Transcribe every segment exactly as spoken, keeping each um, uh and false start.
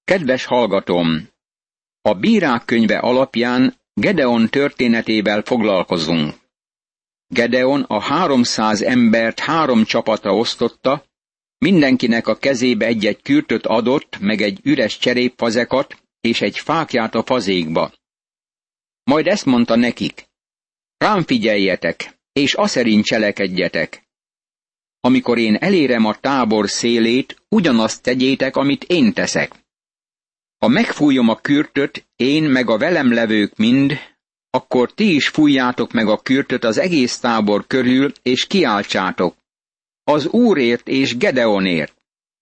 Kedves hallgatóm! A Bírák könyve alapján Gedeon történetével foglalkozunk. Gedeon a háromszáz embert három csapatra osztotta, mindenkinek a kezébe egy-egy kürtöt adott, meg egy üres cserépfazekat és egy fáklyát a fazékba. Majd ezt mondta nekik: rám figyeljetek, és aszerint cselekedjetek. Amikor én elérem a tábor szélét, ugyanazt tegyétek, amit én teszek. Ha megfújom a kürtöt, én meg a velem levők mind, akkor ti is fújjátok meg a kürtöt az egész tábor körül, és kiáltsátok: az Úrért és Gedeonért.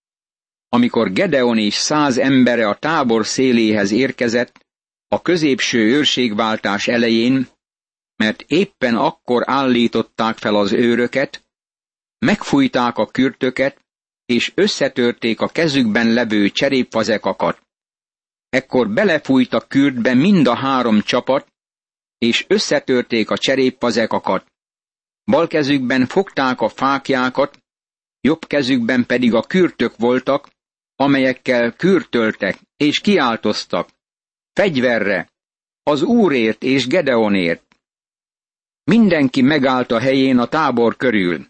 Amikor Gedeon és száz embere a tábor széléhez érkezett, a középső őrségváltás elején, mert éppen akkor állították fel az őröket, megfújták a kürtöket, és összetörték a kezükben levő cserépfazekakat. Ekkor belefújt a kürtbe mind a három csapat, és összetörték a cserépfazekakat. Bal kezükben fogták a fáklyákat, jobb kezükben pedig a kürtök voltak, amelyekkel kürtöltek, és kiáltoztak: fegyverre, az Úrért és Gedeonért. Mindenki megállt a helyén a tábor körül.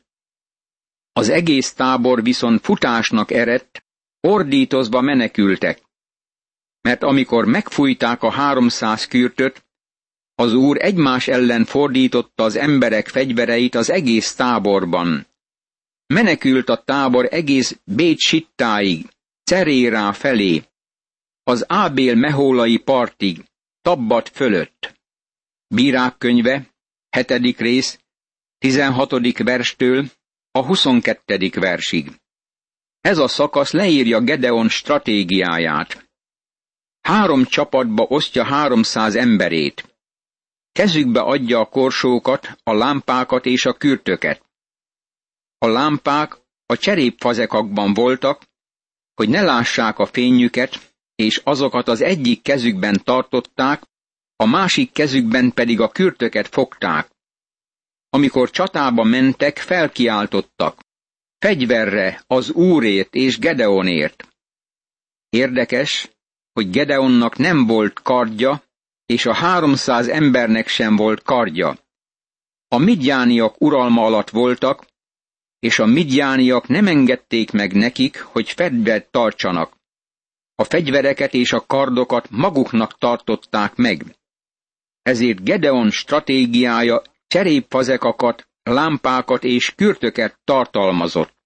Az egész tábor viszont futásnak eredt, ordítozva menekültek. Mert amikor megfújták a háromszáz kürtöt, az Úr egymás ellen fordította az emberek fegyvereit az egész táborban. Menekült a tábor egész Bét-Sittáig, Cerérá felé, az Ábél mehólai partig, Tabbat fölött. Bírák könyve, hetedik rész, tizenhatodik verstől a huszonkettedik versig. Ez a szakasz leírja Gedeon stratégiáját. Három csapatba osztja háromszáz emberét. Kezükbe adja a korsókat, a lámpákat és a kürtöket. A lámpák a cserépfazekakban voltak, hogy ne lássák a fényüket, és azokat az egyik kezükben tartották, a másik kezükben pedig a kürtöket fogták. Amikor csatába mentek, felkiáltottak: fegyverre, az Úrért és Gedeonért. Érdekes, hogy Gedeonnak nem volt kardja, és a háromszáz embernek sem volt kardja. A midjániak uralma alatt voltak, és a midjániak nem engedték meg nekik, hogy fegyvert tartsanak. A fegyvereket és a kardokat maguknak tartották meg. Ezért Gedeon stratégiája cserépfazekakat, lámpákat és kürtöket tartalmazott.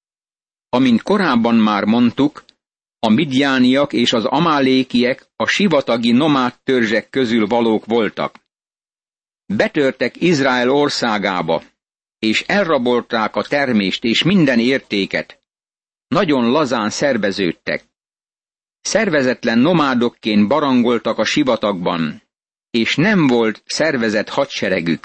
Amint korábban már mondtuk, a midjániak és az amálékiek a sivatagi nomád törzsek közül valók voltak. Betörtek Izrael országába, és elrabolták a termést és minden értéket. Nagyon lazán szerveződtek. Szervezetlen nomádokként barangoltak a sivatagban, és nem volt szervezett hadseregük.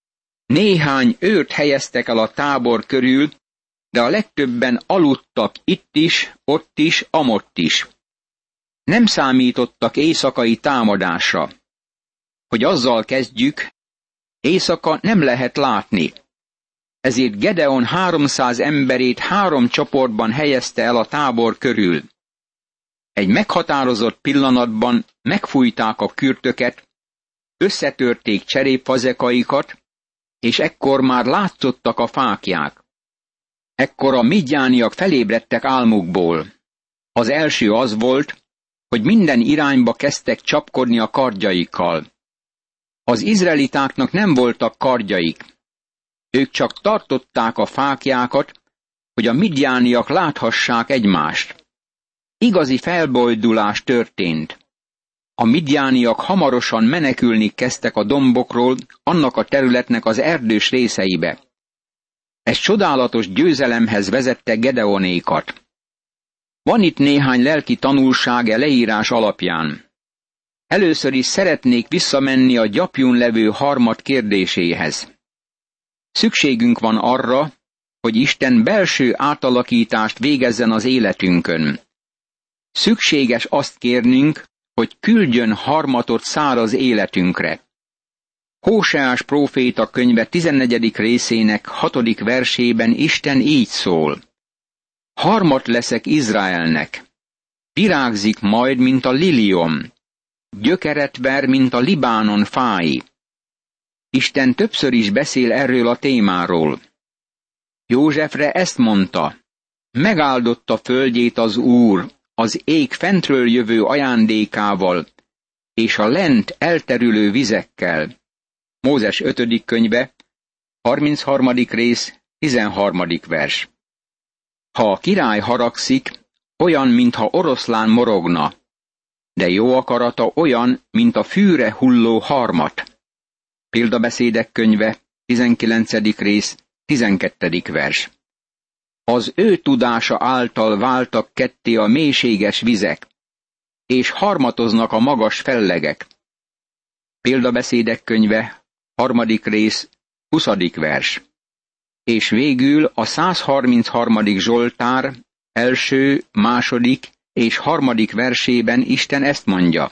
Néhány őrt helyeztek el a tábor körül, de a legtöbben aludtak itt is, ott is, amott is. Nem számítottak éjszakai támadásra. Hogy azzal kezdjük, éjszaka nem lehet látni. Ezért Gedeon háromszáz emberét három csoportban helyezte el a tábor körül. Egy meghatározott pillanatban megfújták a kürtöket, összetörték cserépfazekaikat, és ekkor már látszottak a fáklyák. Ekkor a midjániak felébredtek álmukból. Az első az volt, hogy minden irányba kezdtek csapkodni a kardjaikkal. Az izraelitáknak nem voltak kardjaik. Ők csak tartották a fáklyákat, hogy a midjániak láthassák egymást. Igazi felbojdulás történt. A midjániak hamarosan menekülni kezdtek a dombokról, annak a területnek az erdős részeibe. Ez csodálatos győzelemhez vezette Gedeonékat. Van itt néhány lelki tanulság e leírás alapján. Először is szeretnék visszamenni a gyapjún levő harmad kérdéséhez. Szükségünk van arra, hogy Isten belső átalakítást végezzen az életünkön. Szükséges azt kérnünk, hogy küldjön harmatot száraz életünkre. Hóseás próféta könyve tizennegyedik részének hatodik versében Isten így szól: harmat leszek Izraelnek. virágzik majd, mint a liliom, gyökeret ver, mint a Libánon fái. Isten többször is beszél erről a témáról. Józsefre ezt mondta: megáldotta földjét az Úr, az ég fentről jövő ajándékával, és a lent elterülő vizekkel. Mózes ötödik könyve, harmincharmadik rész, tizenharmadik vers. Ha a király haragszik, olyan, mintha oroszlán morogna, de jó akarata olyan, mint a fűre hulló harmat. Példabeszédek könyve, tizenkilencedik rész, tizenkettedik vers. Az ő tudása által váltak ketté a mélységes vizek, és harmatoznak a magas fellegek. Példabeszédek könyve, harmadik rész, huszadik vers. És végül a százharmincharmadik Zsoltár első, második és harmadik versében Isten ezt mondja: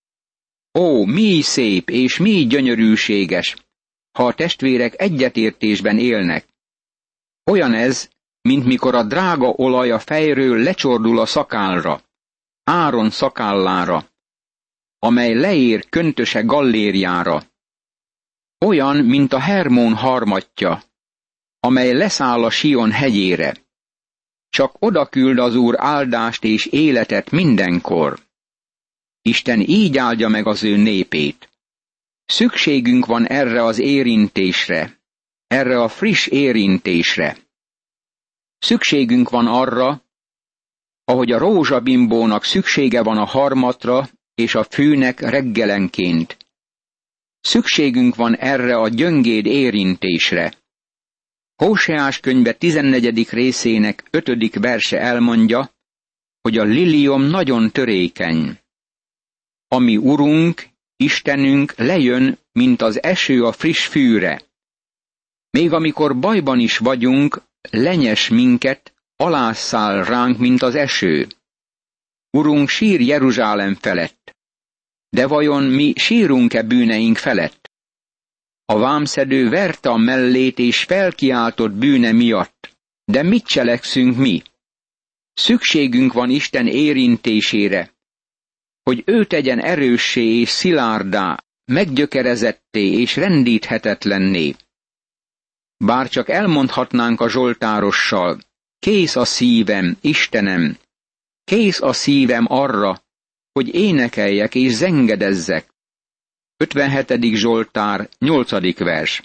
ó, mi szép és mi gyönyörűséges, ha a testvérek egyetértésben élnek. Olyan ez, mint mikor a drága olaj a fejről lecsordul a szakálra, Áron szakállára, amely leér köntöse gallérjára. Olyan, mint a Hermón harmatja, amely leszáll a Sion hegyére. Csak oda küld az Úr áldást és életet mindenkor. Isten így áldja meg az ő népét. Szükségünk van erre az érintésre, erre a friss érintésre. Szükségünk van arra, ahogy a rózsabimbónak szüksége van a harmatra és a fűnek reggelenként. Szükségünk van erre a gyöngéd érintésre. Hóseás könyve tizennegyedik részének ötödik verse elmondja, hogy a liliom nagyon törékeny. A mi Urunk, Istenünk lejön, mint az eső a friss fűre. Még amikor bajban is vagyunk, lenyes minket, alászáll ránk, mint az eső. Urunk sír Jeruzsálem felett. De vajon mi sírunk-e bűneink felett? A vámszedő verte a mellét és felkiáltott bűne miatt. De mit cselekszünk mi? Szükségünk van Isten érintésére, hogy ő tegyen erőssé és szilárdá, meggyökerezetté és rendíthetetlenné. Bár csak elmondhatnánk a zsoltárossal: kész a szívem, Istenem, kész a szívem arra, hogy énekeljek és zengedezzek. ötvenhetedik Zsoltár, nyolcadik vers.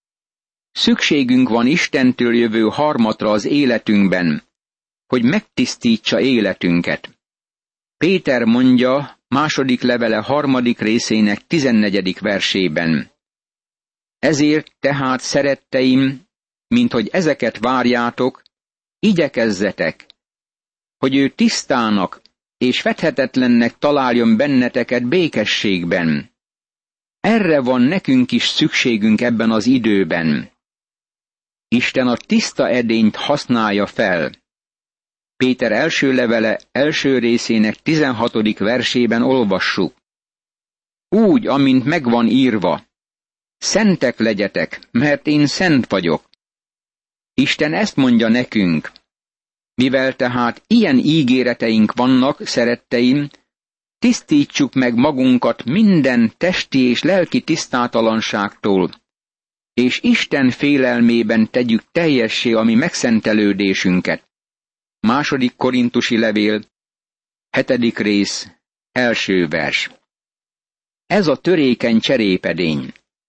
Szükségünk van Istentől jövő harmatra az életünkben, hogy megtisztítsa életünket. Péter mondja második levele harmadik részének tizennegyedik versében: ezért tehát, szeretteim, mint hogy ezeket várjátok, igyekezzetek, hogy ő tisztának és fethetetlennek találjon benneteket békességben. Erre van nekünk is szükségünk ebben az időben. Isten a tiszta edényt használja fel. Péter első levele első részének tizenhatodik versében olvassuk: úgy, amint megvan írva: szentek legyetek, mert én szent vagyok. Isten ezt mondja nekünk. Mivel tehát ilyen ígéreteink vannak, szeretteim, tisztítsuk meg magunkat minden testi és lelki tisztátalanságtól, és Isten félelmében tegyük teljessé a mi megszentelődésünket. Második Korintusi levél, hetedik rész, első vers. Ez a törékeny cserépedény.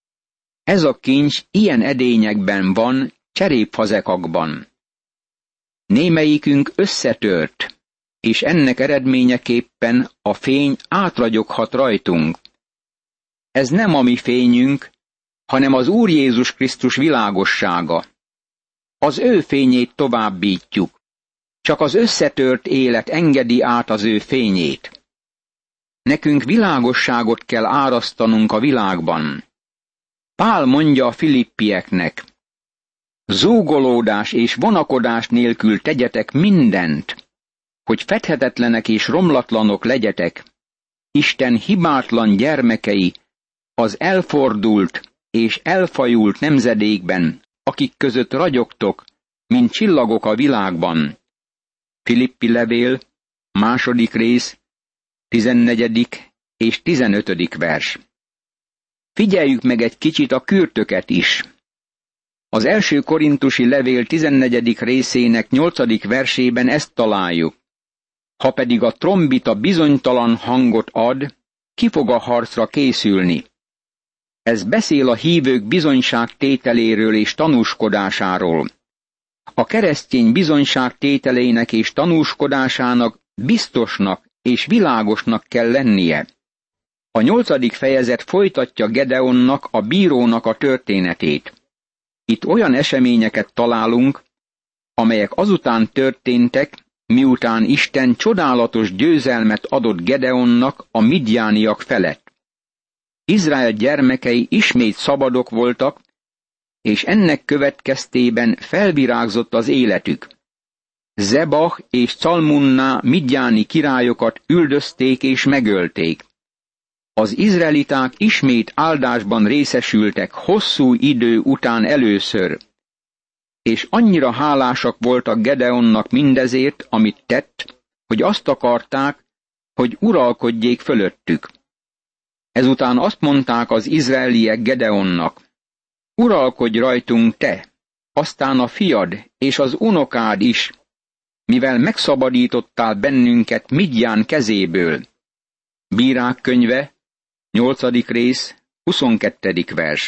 Ez a kincs ilyen edényekben van, cserépfazekakban. Némelyikünk összetört, és ennek eredményeképpen a fény átragyoghat rajtunk. Ez nem a mi fényünk, hanem az Úr Jézus Krisztus világossága. Az ő fényét továbbítjuk. Csak az összetört élet engedi át az ő fényét. Nekünk világosságot kell árasztanunk a világban. Pál mondja a filippieknek: zúgolódás és vonakodás nélkül tegyetek mindent, hogy fedhetetlenek és romlatlanok legyetek, Isten hibátlan gyermekei az elfordult és elfajult nemzedékben, akik között ragyogtok, mint csillagok a világban. Filippi levél, második rész, tizennegyedik és tizenötödik vers. Figyeljük meg egy kicsit a kürtöket is. Az első korintusi levél tizennegyedik részének nyolcadik versében ezt találjuk. Ha pedig a trombita bizonytalan hangot ad, ki fog a harcra készülni? Ez beszél a hívők bizonyságtételéről és tanúskodásáról. A keresztény bizonyságtételének és tanúskodásának biztosnak és világosnak kell lennie. A nyolcadik fejezet folytatja Gedeonnak, a bírónak a történetét. Itt olyan eseményeket találunk, amelyek azután történtek, miután Isten csodálatos győzelmet adott Gedeonnak a midjániak felett. Izrael gyermekei ismét szabadok voltak, és ennek következtében felvirágzott az életük. Zebach és Calmunná midjáni királyokat üldözték és megölték. Az izraeliták ismét áldásban részesültek hosszú idő után először, és annyira hálásak voltak Gedeonnak mindezért, amit tett, hogy azt akarták, hogy uralkodjék fölöttük. Ezután azt mondták az izraeliek Gedeonnak: uralkodj rajtunk te, aztán a fiad és az unokád is, mivel megszabadítottál bennünket Midján kezéből. Bírák könyve, nyolcadik rész, huszonkettedik vers.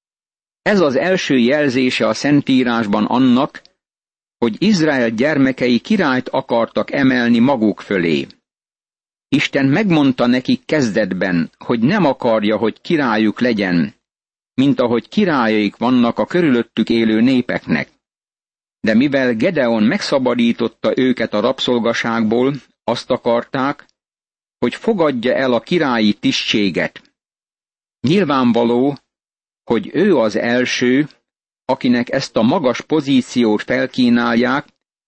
Ez az első jelzése a Szentírásban annak, hogy Izrael gyermekei királyt akartak emelni maguk fölé. Isten megmondta nekik kezdetben, hogy nem akarja, hogy királyuk legyen, mint ahogy királyaik vannak a körülöttük élő népeknek. De mivel Gedeon megszabadította őket a rabszolgaságból, azt akarták, hogy fogadja el a királyi tisztséget. Nyilvánvaló, hogy ő az első, akinek ezt a magas pozíciót felkínálják,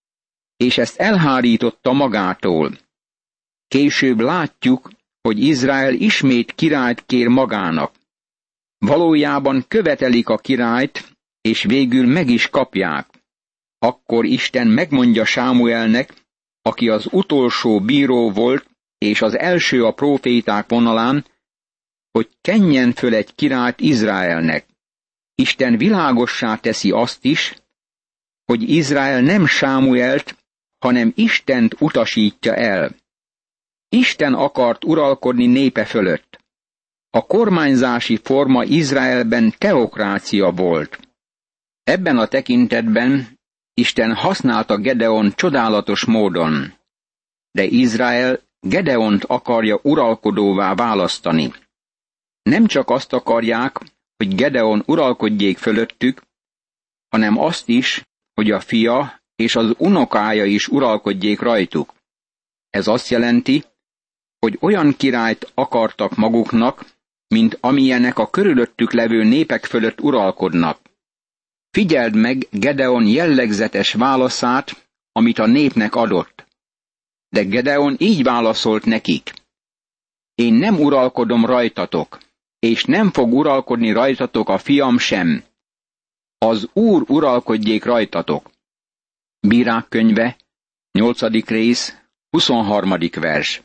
és ezt elhárította magától. Később látjuk, hogy Izrael ismét királyt kér magának. Valójában követelik a királyt, és végül meg is kapják. Akkor Isten megmondja Sámuelnek, aki az utolsó bíró volt, és az első a próféták vonalán, hogy kenjen föl egy királyt Izraelnek. Isten világossá teszi azt is, hogy Izrael nem Sámuelt, hanem Istent utasítja el. Isten akart uralkodni népe fölött. A kormányzási forma Izraelben teokrácia volt. Ebben a tekintetben Isten használta Gedeon csodálatos módon. De Izrael Gedeont akarja uralkodóvá választani. Nem csak azt akarják, hogy Gedeon uralkodjék fölöttük, hanem azt is, hogy a fia és az unokája is uralkodjék rajtuk. Ez azt jelenti, hogy olyan királyt akartak maguknak, mint amilyenek a körülöttük levő népek fölött uralkodnak. Figyeld meg Gedeon jellegzetes válaszát, amit a népnek adott. De Gedeon így válaszolt nekik: én nem uralkodom rajtatok, és nem fog uralkodni rajtatok a fiam sem. Az Úr uralkodjék rajtatok. Bírák könyve, nyolcadik rész, huszonharmadik vers.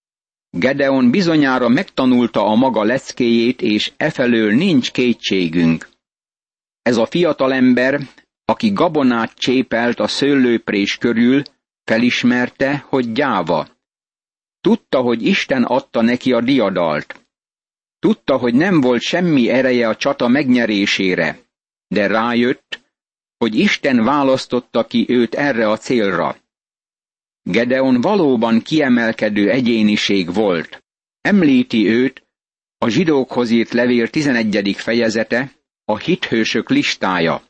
Gedeon bizonyára megtanulta a maga leckéjét, és efelől nincs kétségünk. Ez a fiatalember, aki gabonát csépelt a szőlőprés körül, felismerte, hogy gyáva. Tudta, hogy Isten adta neki a diadalt. Tudta, hogy nem volt semmi ereje a csata megnyerésére, de rájött, hogy Isten választotta ki őt erre a célra. Gedeon valóban kiemelkedő egyéniség volt. Említi őt a zsidókhoz írt levél tizenegyedik fejezete, a hithősök listája.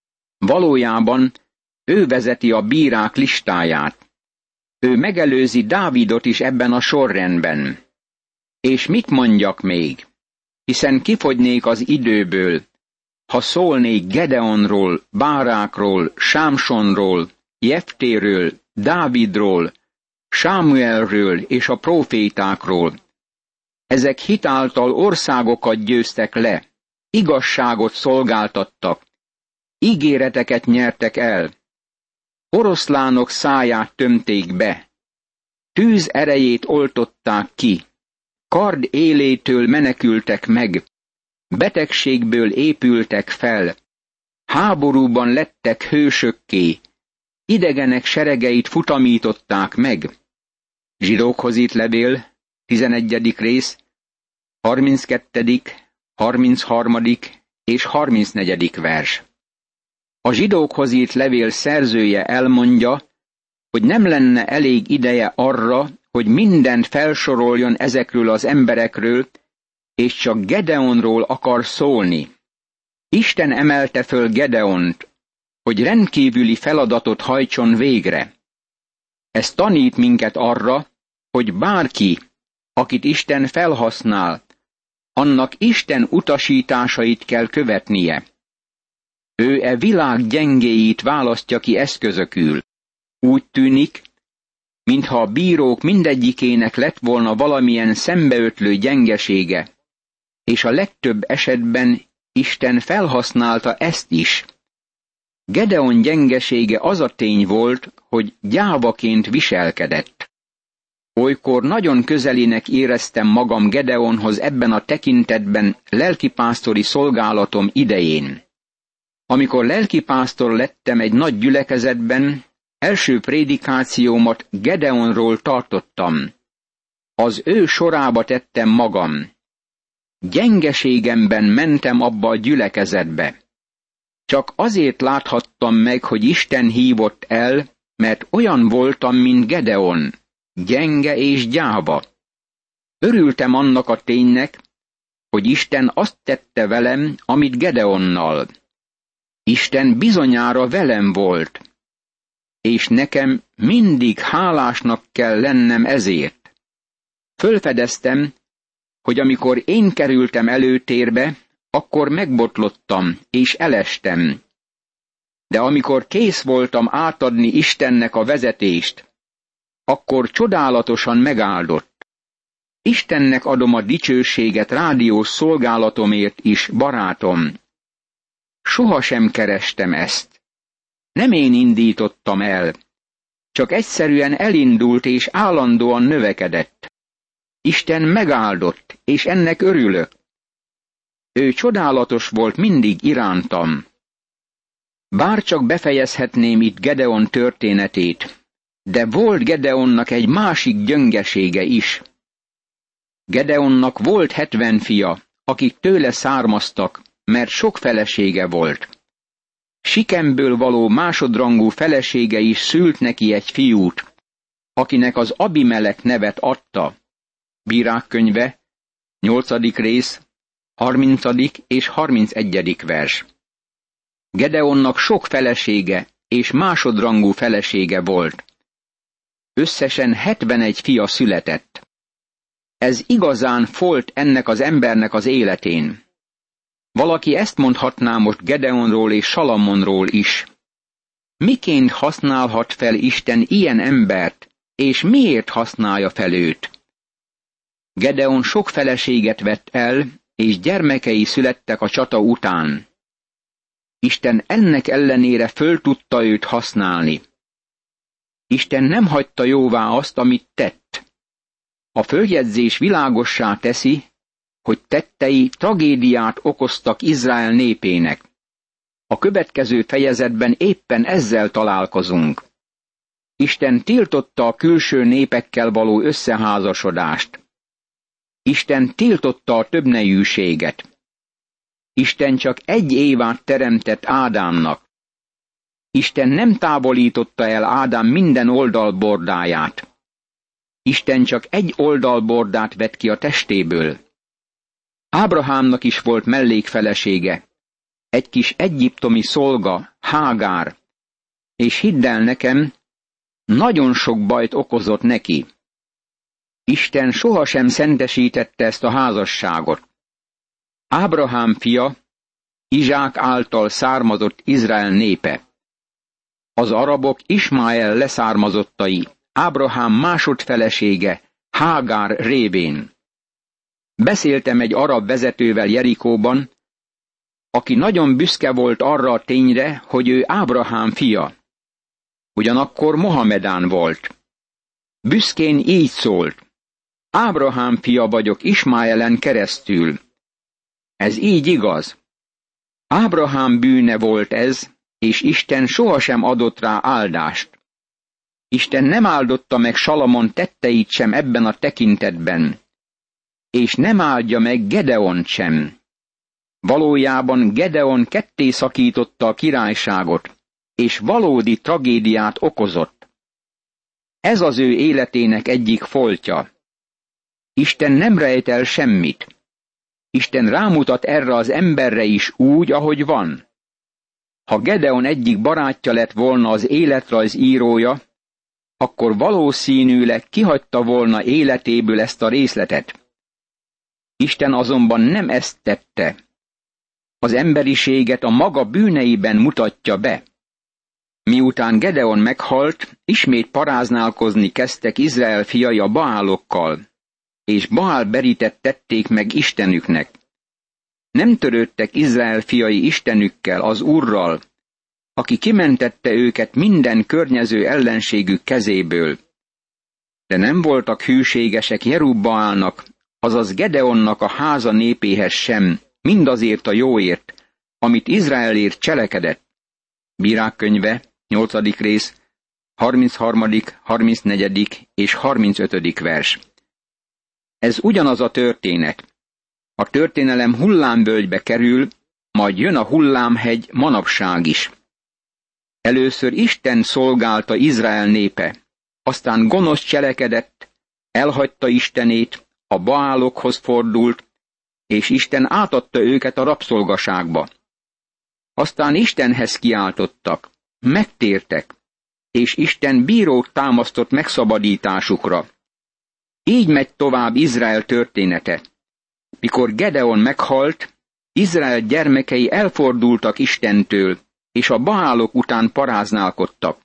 Valójában ő vezeti a bírák listáját. Ő megelőzi Dávidot is ebben a sorrendben. És mit mondjak még? Hiszen kifogynék az időből, ha szólnék Gedeonról, Bárákról, Sámsonról, Jeftéről, Dávidról, Sámuelről és a prófétákról. Ezek hitáltal országokat győztek le, igazságot szolgáltattak, ígéreteket nyertek el, oroszlánok száját tömték be, tűz erejét oltották ki, kard élétől menekültek meg, betegségből épültek fel, háborúban lettek hősökké, idegenek seregeit futamították meg. Zsidókhoz írt levél, tizenegyedik rész, harminckettedik, harmincharmadik és harmincnegyedik vers. A zsidókhoz írt levél szerzője elmondja, hogy nem lenne elég ideje arra, hogy mindent felsoroljon ezekről az emberekről, és csak Gedeonról akar szólni. Isten emelte föl Gedeont, hogy rendkívüli feladatot hajtson végre. Ez tanít minket arra, hogy bárki, akit Isten felhasznál, annak Isten utasításait kell követnie. Ő e világ gyengéit választja ki eszközökül. Úgy tűnik, mintha a bírók mindegyikének lett volna valamilyen szembeötlő gyengesége, és a legtöbb esetben Isten felhasználta ezt is. Gedeon gyengesége az a tény volt, hogy gyávaként viselkedett. Olykor nagyon közelinek éreztem magam Gedeonhoz ebben a tekintetben lelkipásztori szolgálatom idején. Amikor lelkipásztor lettem egy nagy gyülekezetben, első prédikációmat Gedeonról tartottam. Az ő sorába tettem magam. Gyengeségemben mentem abba a gyülekezetbe. Csak azért láthattam meg, hogy Isten hívott el, mert olyan voltam, mint Gedeon, gyenge és gyáva. Örültem annak a ténynek, hogy Isten azt tette velem, amit Gedeonnal. Isten bizonyára velem volt, és nekem mindig hálásnak kell lennem ezért. Fölfedeztem, hogy amikor én kerültem előtérbe, akkor megbotlottam és elestem. De amikor kész voltam átadni Istennek a vezetést, akkor csodálatosan megáldott. Istennek adom a dicsőséget rádiós szolgálatomért is, barátom. Sohasem kerestem ezt. Nem én indítottam el, csak egyszerűen elindult és állandóan növekedett. Isten megáldott, és ennek örülök. Ő csodálatos volt mindig irántam. Bárcsak befejezhetném itt Gedeon történetét, de volt Gedeonnak egy másik gyöngesége is. Gedeonnak volt hetven fia, akik tőle származtak, mert sok felesége volt. Sikemből való másodrangú felesége is szült neki egy fiút, akinek az Abimelek nevet adta. Bírák könyve, nyolcadik rész, harmincadik és harmincegyedik vers. Gedeonnak sok felesége és másodrangú felesége volt. Összesen hetvenegy fia született. Ez igazán folt ennek az embernek az életén. Valaki ezt mondhatná most Gedeonról és Salamonról is. Miként használhat fel Isten ilyen embert, és miért használja fel őt? Gedeon sok feleséget vett el, és gyermekei születtek a csata után. Isten ennek ellenére föl tudta őt használni. Isten nem hagyta jóvá azt, amit tett. A följegyzés világossá teszi, hogy tettei tragédiát okoztak Izrael népének. A következő fejezetben éppen ezzel találkozunk. Isten tiltotta a külső népekkel való összeházasodást. Isten tiltotta a többnejűséget. Isten csak egy Évát teremtett Ádámnak. Isten nem távolította el Ádám minden oldalbordáját. Isten csak egy oldalbordát vett ki a testéből. Ábrahámnak is volt mellékfelesége, egy kis egyiptomi szolga, Hágár, és hidd el nekem, nagyon sok bajt okozott neki. Isten sohasem szentesítette ezt a házasságot. Ábrahám fia, Izsák által származott Izrael népe. Az arabok Ismáel leszármazottai, Ábrahám másodfelesége, Hágár révén. Beszéltem egy arab vezetővel Jerikóban, aki nagyon büszke volt arra a tényre, hogy ő Ábrahám fia. Ugyanakkor Mohamedán volt. Büszkén így szólt: Ábrahám fia vagyok Ismáelen keresztül. Ez így igaz. Ábrahám bűne volt ez, és Isten sohasem adott rá áldást. Isten nem áldotta meg Salamon tetteit sem ebben a tekintetben, és nem áldja meg Gedeont sem. Valójában Gedeon ketté szakította a királyságot, és valódi tragédiát okozott. Ez az ő életének egyik foltja. Isten nem rejt el semmit. Isten rámutat erre az emberre is úgy, ahogy van. Ha Gedeon egyik barátja lett volna az életrajz írója, akkor valószínűleg kihagyta volna életéből ezt a részletet. Isten azonban nem ezt tette. Az emberiséget a maga bűneiben mutatja be. Miután Gedeon meghalt, ismét paráználkozni kezdtek Izrael fiai a Baálokkal, és Baál beritet tették meg istenüknek. Nem törődtek Izrael fiai istenükkel, az Úrral, aki kimentette őket minden környező ellenségük kezéből. De nem voltak hűségesek Jerubbaálnak, azaz Gedeonnak a háza népéhez sem, mindazért a jóért, amit Izraelért cselekedett. Bírák könyve, nyolcadik rész, harmincharmadik, harmincnegyedik és harmincötödik vers. Ez ugyanaz a történet. A történelem hullámvölgybe kerül, majd jön a hullámhegy manapság is. Először Isten szolgálta Izrael népe, aztán gonosz cselekedett, elhagyta Istenét, a Baálokhoz fordult, és Isten átadta őket a rabszolgaságba. Aztán Istenhez kiáltottak, megtértek, és Isten bírót támasztott megszabadításukra. Így megy tovább Izrael története. Mikor Gedeon meghalt, Izrael gyermekei elfordultak Istentől, és a Baálok után paráználkodtak.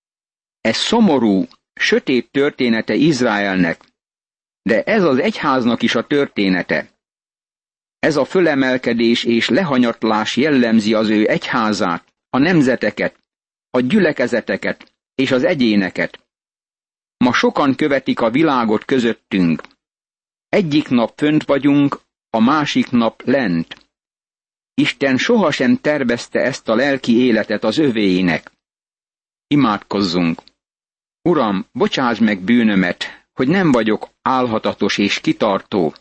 Ez szomorú, sötét története Izraelnek, de ez az egyháznak is a története. Ez a fölemelkedés és lehanyatlás jellemzi az ő egyházát, a nemzeteket, a gyülekezeteket és az egyéneket. Ma sokan követik a világot közöttünk. Egyik nap fönt vagyunk, a másik nap lent. Isten sohasem tervezte ezt a lelki életet az övéinek. Imádkozzunk! Uram, bocsáss meg bűnömet, hogy nem vagyok álhatatos és kitartó.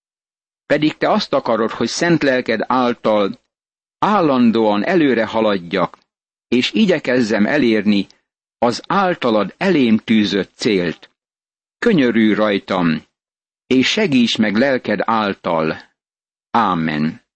Pedig te azt akarod, hogy szent lelked által állandóan előre haladjak, és igyekezzem elérni az általad elém tűzött célt. Könyörülj rajtam, és segíts meg lelked által. Ámen.